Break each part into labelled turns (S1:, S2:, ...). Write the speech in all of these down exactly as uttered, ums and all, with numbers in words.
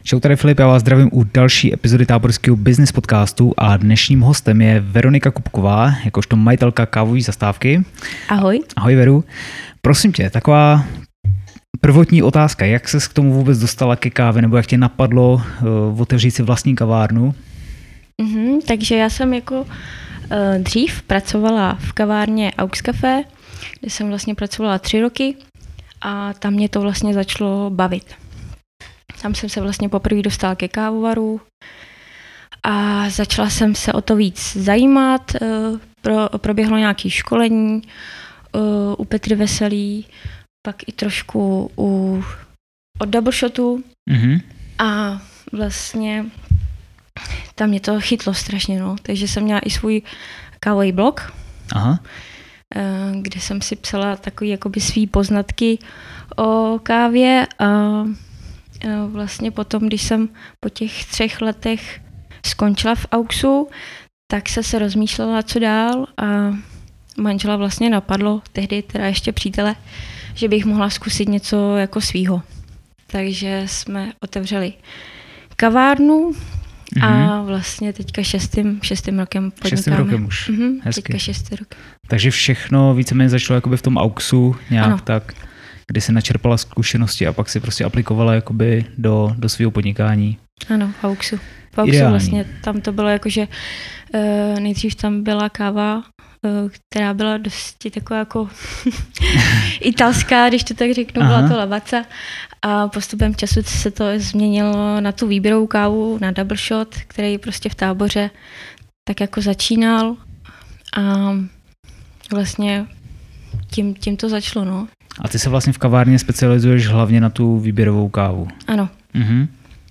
S1: Čau, tady Filip, já vás zdravím u další epizody Táborského business podcastu a dnešním hostem je Veronika Kupková, jakožto majitelka kávové zastávky.
S2: Ahoj.
S1: Ahoj Veru. Prosím tě, taková prvotní otázka, jak ses k tomu vůbec dostala ke kávě, nebo jak tě napadlo uh, otevřít si vlastní kavárnu?
S2: Mm-hmm, takže já jsem jako uh, dřív pracovala v kavárně Aux Café, kde jsem vlastně pracovala tři roky a tam mě to vlastně začalo bavit. Tam jsem se vlastně poprvé dostala ke kávovaru a začala jsem se o to víc zajímat. Pro, proběhlo nějaké školení u Petry Veselý, pak i trošku u, od Double Shotu mm-hmm. a vlastně tam mě to chytlo strašně, no. Takže jsem měla i svůj kávový blog, Aha. kde jsem si psala takový jakoby svý poznatky o kávě a vlastně potom, když jsem po těch třech letech skončila v Auxu, tak se se rozmýšlela, co dál a manžela vlastně napadlo, tehdy teda ještě přítele, že bych mohla zkusit něco jako svýho. Takže jsme otevřeli kavárnu mm-hmm. a vlastně teďka šestým, šestým rokem podnikáme.
S1: Šestým rokem už,
S2: mm-hmm,
S1: hezky.
S2: Teďka šestý rok.
S1: Takže všechno víceméně začalo jakoby v tom Auxu nějak ano. tak, kdy jsi načerpala zkušenosti a pak si prostě aplikovala jakoby do, do svého podnikání.
S2: Ano, v Auxu. V Auxu vlastně tam to bylo jako, že uh, nejdřív tam byla káva, uh, která byla dosti taková jako italská, když to tak řeknu, Aha. byla to Lavazza a postupem času se to změnilo na tu výběrovou kávu, na Double Shot, který prostě v Táboře tak jako začínal a vlastně tím, tím to začalo, no.
S1: A ty se vlastně v kavárně specializuješ hlavně na tu výběrovou kávu.
S2: Ano.
S1: Mhm.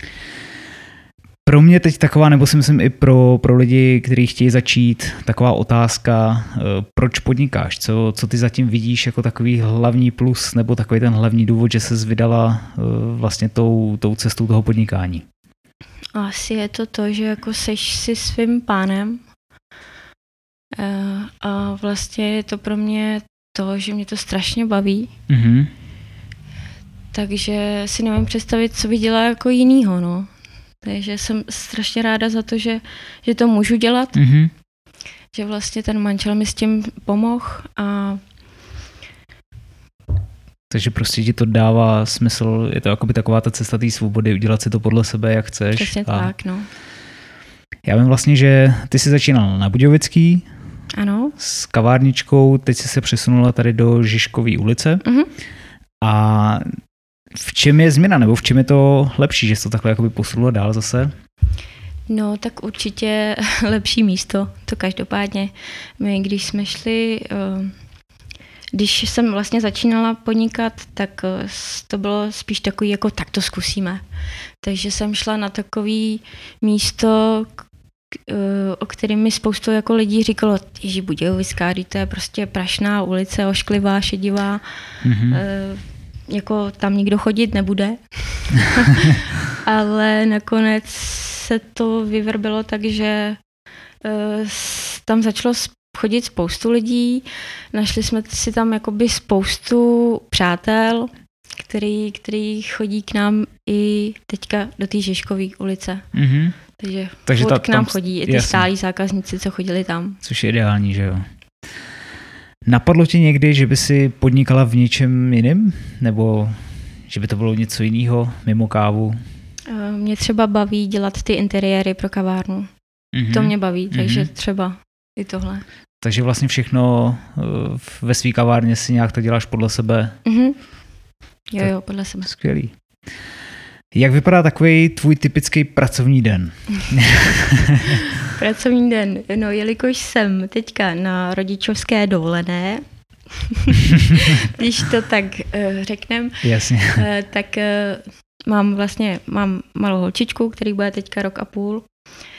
S1: Pro mě teď taková, nebo si myslím i pro, pro lidi, kteří chtějí začít, taková otázka, proč podnikáš? Co, co ty zatím vidíš jako takový hlavní plus, nebo takový ten hlavní důvod, že ses vydala vlastně tou, tou cestou toho podnikání?
S2: Asi je to to, že jako seš si svým pánem a vlastně je to pro mě to, že mě to strašně baví. Mm-hmm. Takže si nevím představit, co bych dělala jako jinýho, no. Takže jsem strašně ráda za to, že, že to můžu dělat. Mm-hmm. Že vlastně ten manžel mi s tím pomohl a
S1: takže prostě ti to dává smysl, je to jakoby taková ta cesta té svobody, udělat si to podle sebe, jak chceš.
S2: Přesně
S1: a
S2: tak, no.
S1: Já vím vlastně, že ty jsi začínala na Budějovický,
S2: ano.
S1: S kavárničkou, teď jsi se přesunula tady do Žižkové ulice. Uh-huh. A v čem je změna, nebo v čem je to lepší, že jsi to takhle jakoby posunulo dál zase?
S2: No tak určitě lepší místo, to každopádně. My když jsme šli, když jsem vlastně začínala podnikat, tak to bylo spíš takový jako tak to zkusíme. Takže jsem šla na takový místo, o kterým mi spoustu jako lidí říkalo, ježi Budějovická, to je prostě prašná ulice, ošklivá, šedivá, mm-hmm. e, jako tam nikdo chodit nebude. Ale nakonec se to vyvrbilo tak, že e, tam začalo chodit spoustu lidí, našli jsme si tam jakoby spoustu přátel, který, který chodí k nám i teďka do té Žižkové ulice. Mm-hmm. Takže, Takže ta, k nám tam, chodí i ty jasný. Stálí zákazníci, co chodili tam.
S1: Což je ideální, že jo. Napadlo ti někdy, že by si podnikala v něčem jiném? Nebo že by to bylo něco jiného mimo kávu?
S2: Mě třeba baví dělat ty interiéry pro kavárnu. Mm-hmm. To mě baví, takže mm-hmm. třeba i tohle.
S1: Takže vlastně všechno ve své kavárně si nějak to děláš podle sebe?
S2: Mm-hmm. Jo, jo, podle sebe.
S1: Skvělý. Jak vypadá takový tvůj typický pracovní den?
S2: Pracovní den? No, jelikož jsem teďka na rodičovské dovolené, když to tak uh, řeknem,
S1: Jasně.
S2: Uh, tak uh, mám vlastně mám malou holčičku, který bude teďka rok a půl. Uh,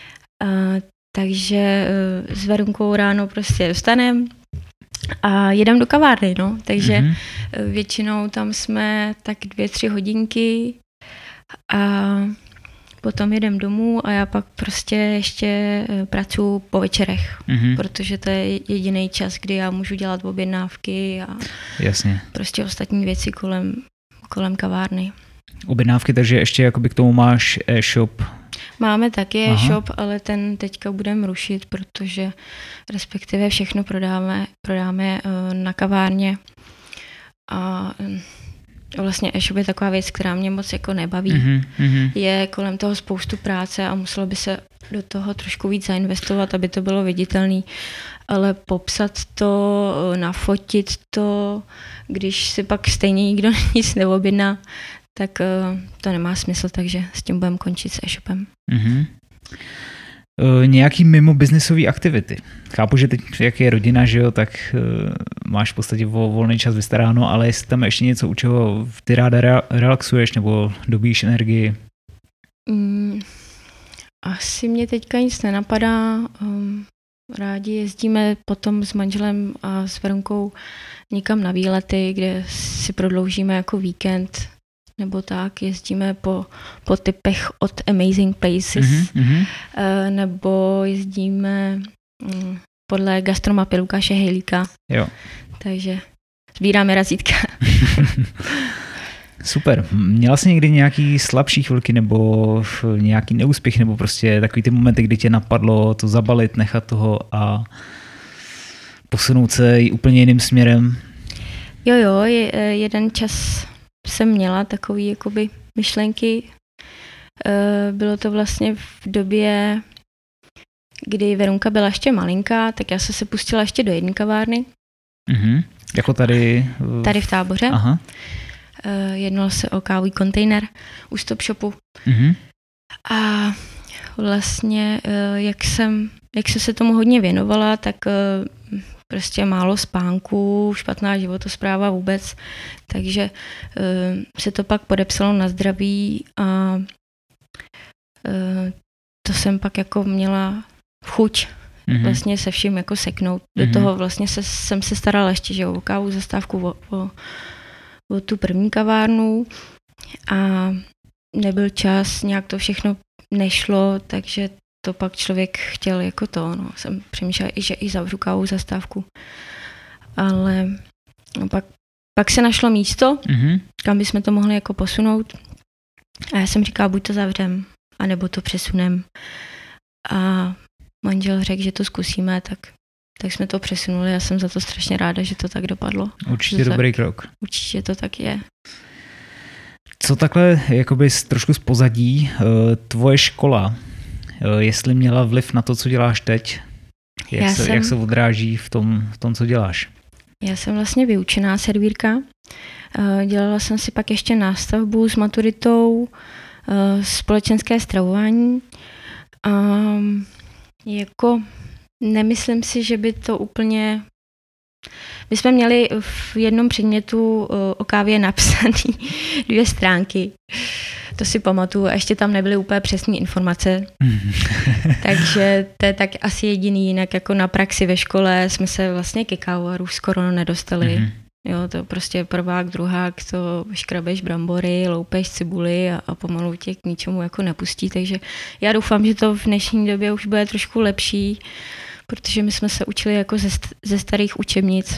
S2: takže uh, s Verunkou ráno prostě vstanem a jedem do kavárny, no. Takže mm-hmm. uh, většinou tam jsme tak dvě, tři hodinky a potom jedem domů a já pak prostě ještě pracuji po večerech, mm-hmm. protože to je jediný čas, kdy já můžu dělat objednávky a
S1: Jasně.
S2: prostě ostatní věci kolem, kolem kavárny.
S1: objednávky, takže ještě jakoby k tomu máš e-shop.
S2: Máme taky
S1: Aha.
S2: e-shop, ale ten teďka budeme rušit, protože respektive všechno prodáme, prodáme na kavárně a vlastně e-shop je taková věc, která mě moc jako nebaví.
S1: Mm-hmm.
S2: Je kolem toho spoustu práce a muselo by se do toho trošku víc zainvestovat, aby to bylo viditelné, ale popsat to, nafotit to, když si pak stejně nikdo nic neobjedná, tak to nemá smysl, takže s tím budeme končit s e-shopem.
S1: Mm-hmm. Uh, nějaký mimo biznisové aktivity. Chápu, že teď, jak je rodina, že jo, tak uh, máš v podstatě volný čas vystaráno, ale jestli tam ještě něco, u čeho ty ráda re- relaxuješ nebo dobíš energii?
S2: Mm, asi mě teďka nic nenapadá. Um, rádi jezdíme potom s manželem a s Verunkou někam na výlety, kde si prodloužíme jako víkend nebo tak, jezdíme po, po typech od Amazing Places, mm-hmm. nebo jezdíme mm, podle gastromapy Lukáše Hejlíka.
S1: Jo.
S2: Takže sbíráme razítka.
S1: Super. Měla jsi někdy nějaký slabší chvilky nebo nějaký neúspěch nebo prostě takový ty momenty, kdy tě napadlo to zabalit, nechat toho a posunout se úplně jiným směrem?
S2: Jo, jo, je, jeden čas jsem měla takový jakoby myšlenky. Bylo to vlastně v době, kdy Verunka byla ještě malinká, tak já jsem se pustila ještě do jedné kavárny.
S1: Mm-hmm. Jako tady?
S2: Tady v Táboře.
S1: Aha.
S2: Jednalo se o kávový kontejner u Stop Shopu.
S1: Mm-hmm.
S2: A vlastně, jak jsem, jak jsem se tomu hodně věnovala, tak prostě málo spánku, špatná životospráva vůbec, takže uh, se to pak podepsalo na zdraví a uh, to jsem pak jako měla chuť mm-hmm. vlastně se vším jako seknout. Do mm-hmm. toho vlastně se, jsem se starala ještě, že o kávu, zastávku, o, o, o tu první kavárnu a nebyl čas, nějak to všechno nešlo, takže to pak člověk chtěl jako to, no, jsem přemýšlela, že i zavřu kávu zastávku, ale no, pak, pak se našlo místo, mm-hmm. kam bychom to mohli jako posunout a já jsem říkala, buď to zavřem, anebo to přesunem a manžel řekl, že to zkusíme, tak, tak jsme to přesunuli a jsem za to strašně ráda, že to tak dopadlo.
S1: Určitě dobrý
S2: tak,
S1: krok.
S2: Určitě to tak je.
S1: Co takhle jakoby trošku z pozadí, tvoje škola, jestli měla vliv na to, co děláš teď? Jak, se, jsem, jak se odráží v tom, v tom, co děláš?
S2: Já jsem vlastně vyučená servírka. Dělala jsem si pak ještě nástavbu s maturitou, společenské stravování. A jako nemyslím si, že by to úplně... My jsme měli v jednom předmětu o kávě napsané dvě stránky. To si pamatuju a ještě tam nebyly úplně přesné informace. Takže to je tak asi jediný, jinak jako na praxi ve škole jsme se vlastně ke kávovaru skoro nedostali. Mm-hmm. Jo, to prostě prvák, druhák, to škrabeš brambory, loupeš cibuli a, a pomalu tě k ničemu jako nepustí. Takže já doufám, že to v dnešní době už bude trošku lepší, protože my jsme se učili jako ze, ze starých učebnic.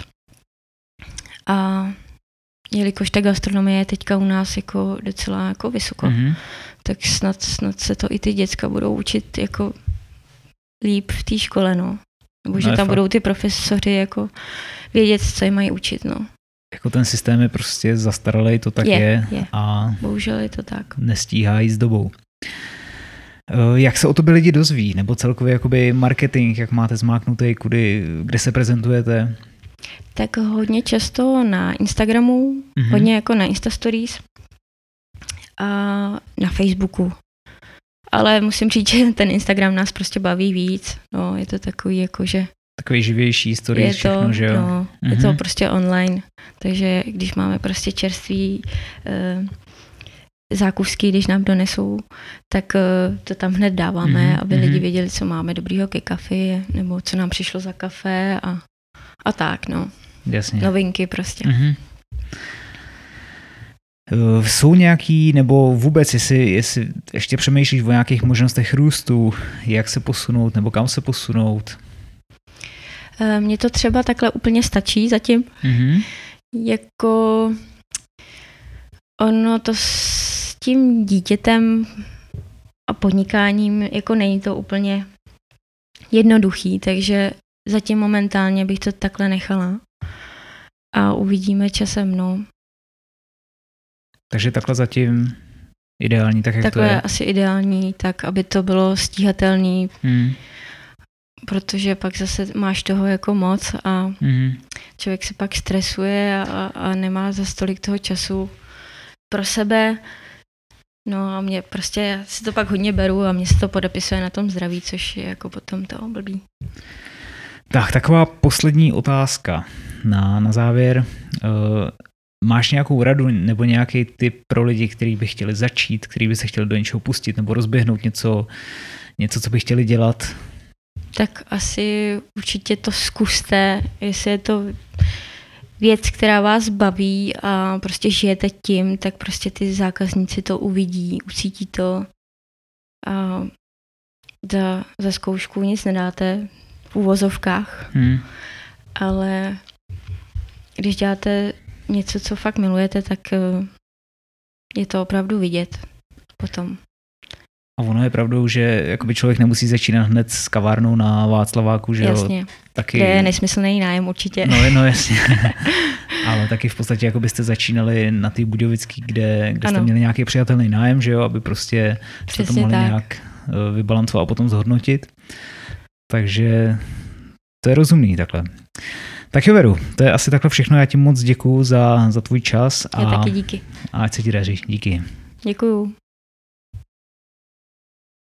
S2: A jelikož ta gastronomie je teďka u nás jako docela jako vysoko, mm-hmm. tak snad, snad se to i ty děcka budou učit jako líp v té škole, no. Nebo že
S1: no
S2: tam
S1: fakt.
S2: budou ty profesoři jako vědět, co je mají učit, no.
S1: Jako ten systém je prostě zastaralej, to tak je,
S2: je, je.
S1: A
S2: bohužel je to tak.
S1: Nestíhá jít s dobou. Jak se o tobě lidi dozví? Nebo celkově jakoby marketing, jak máte zmáknutý, kudy, kde se prezentujete?
S2: Tak hodně často na Instagramu, mm-hmm. hodně jako na Instastories a na Facebooku. Ale musím říct, že ten Instagram nás prostě baví víc. No, je to takový jako, že...
S1: Takový živější stories,
S2: je to,
S1: všechno, že jo?
S2: No, mm-hmm. je to prostě online. Takže když máme prostě čerství uh, zákusky, když nám donesou, tak uh, to tam hned dáváme, mm-hmm. aby lidi věděli, co máme dobrýho ke kafi, nebo co nám přišlo za kafe a, a tak, no.
S1: Jasně.
S2: Novinky prostě.
S1: Mm-hmm. Jsou nějaký, nebo vůbec, jestli, jestli ještě přemýšlíš o nějakých možnostech růstu, jak se posunout, nebo kam se posunout?
S2: Mně to třeba takhle úplně stačí zatím. Mm-hmm. Jako ono to s tím dítětem a podnikáním jako není to úplně jednoduchý, takže zatím momentálně bych to takhle nechala a uvidíme časem, no.
S1: Takže takhle zatím ideální, tak jak
S2: takhle
S1: to je?
S2: je asi ideální, tak aby to bylo stíhatelný, hmm. protože pak zase máš toho jako moc a hmm. člověk se pak stresuje a, a nemá za tolik toho času pro sebe. No a mě prostě, já si to pak hodně beru a mě se to podepisuje na tom zdraví, což je jako potom to blbý.
S1: Tak, taková poslední otázka na, na závěr. Uh, máš nějakou radu nebo nějaký tip pro lidi, kteří by chtěli začít, kteří by se chtěli do něčeho pustit nebo rozběhnout něco, něco, co by chtěli dělat?
S2: Tak asi určitě to zkuste, jestli je to věc, která vás baví a prostě žijete tím, tak prostě ty zákazníci to uvidí, ucítí to a za, za zkoušku nic nedáte v uvozovkách, hmm. ale když děláte něco, co fakt milujete, tak je to opravdu vidět potom.
S1: A ono je pravdou, že jakoby člověk nemusí začínat hned s kavárnou na Václaváku, že
S2: jasně.
S1: jo? Taky...
S2: Kde je nesmyslný nájem určitě.
S1: No, no jasně. Ale taky v podstatě jako byste začínali na té Budějovický, kde, kde jste měli nějaký přijatelný nájem, že jo? Aby prostě jste to mohli tak nějak vybalancovat a potom zhodnotit. Takže to je rozumný takhle. Tak jo, Veru, to je asi takhle všechno. Já ti moc děkuju za, za tvůj čas.
S2: Já a taky díky.
S1: A ať se ti daří. Díky.
S2: Děkuju.